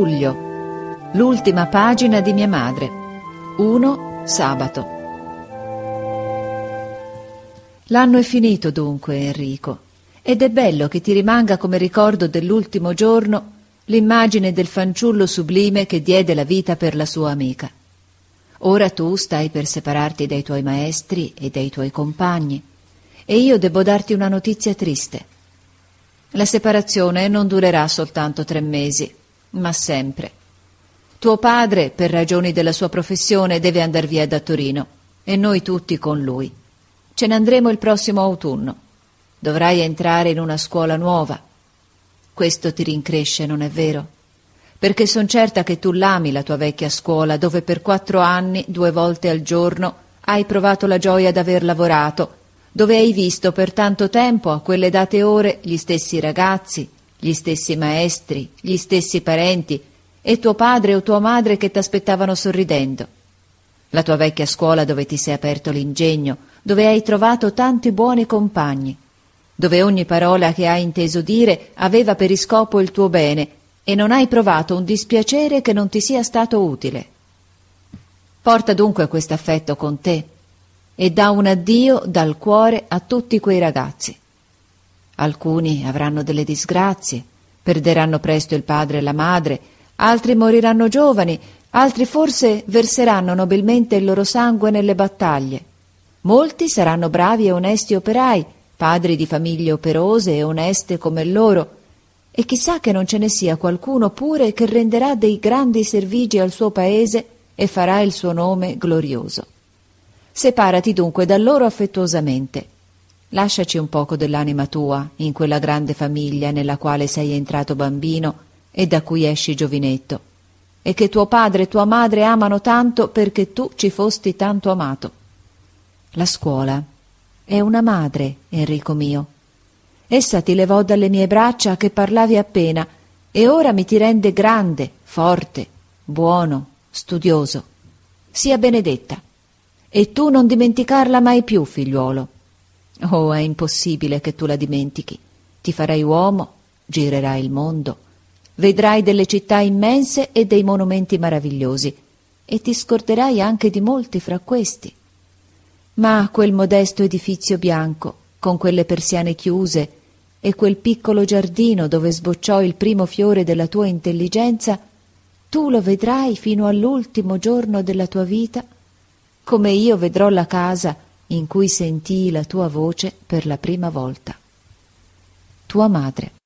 luglio. L'ultima pagina di mia madre. 1 sabato. L'anno è finito dunque, Enrico, ed è bello che ti rimanga come ricordo dell'ultimo giorno l'immagine del fanciullo sublime che diede la vita per la sua amica. Ora tu stai per separarti dai tuoi maestri e dai tuoi compagni, e io devo darti una notizia triste. La separazione non durerà soltanto 3 mesi, ma sempre. Tuo padre, per ragioni della sua professione, deve andar via da Torino, e noi tutti con lui. Ce ne andremo il prossimo autunno. Dovrai entrare in una scuola nuova. Questo ti rincresce, non è vero? Perché son certa che tu l'ami la tua vecchia scuola, dove per 4 anni, 2 volte al giorno, hai provato la gioia d'aver lavorato, dove hai visto per tanto tempo, a quelle date ore, gli stessi ragazzi, gli stessi maestri, gli stessi parenti, e tuo padre o tua madre che t'aspettavano sorridendo. La tua vecchia scuola dove ti sei aperto l'ingegno, dove hai trovato tanti buoni compagni, dove ogni parola che hai inteso dire aveva per iscopo il tuo bene e non hai provato un dispiacere che non ti sia stato utile. Porta dunque quest'affetto con te e dà un addio dal cuore a tutti quei ragazzi. Alcuni avranno delle disgrazie, perderanno presto il padre e la madre, altri moriranno giovani, altri forse verseranno nobilmente il loro sangue nelle battaglie. Molti saranno bravi e onesti operai, padri di famiglie operose e oneste come loro, e chissà che non ce ne sia qualcuno pure che renderà dei grandi servigi al suo paese e farà il suo nome glorioso. Separati dunque da loro affettuosamente. Lasciaci un poco dell'anima tua in quella grande famiglia nella quale sei entrato bambino e da cui esci giovinetto, e che tuo padre e tua madre amano tanto perché tu ci fosti tanto amato. La scuola è una madre, Enrico mio. Essa ti levò dalle mie braccia che parlavi appena e ora mi ti rende grande, forte, buono, studioso. Sia benedetta. E tu non dimenticarla mai più, figliuolo. Oh, è impossibile che tu la dimentichi. Ti farai uomo, girerai il mondo, vedrai delle città immense e dei monumenti meravigliosi, e ti scorderai anche di molti fra questi. Ma quel modesto edifizio bianco, con quelle persiane chiuse, e quel piccolo giardino dove sbocciò il primo fiore della tua intelligenza, tu lo vedrai fino all'ultimo giorno della tua vita, come io vedrò la casa in cui sentii la tua voce per la prima volta. Tua madre.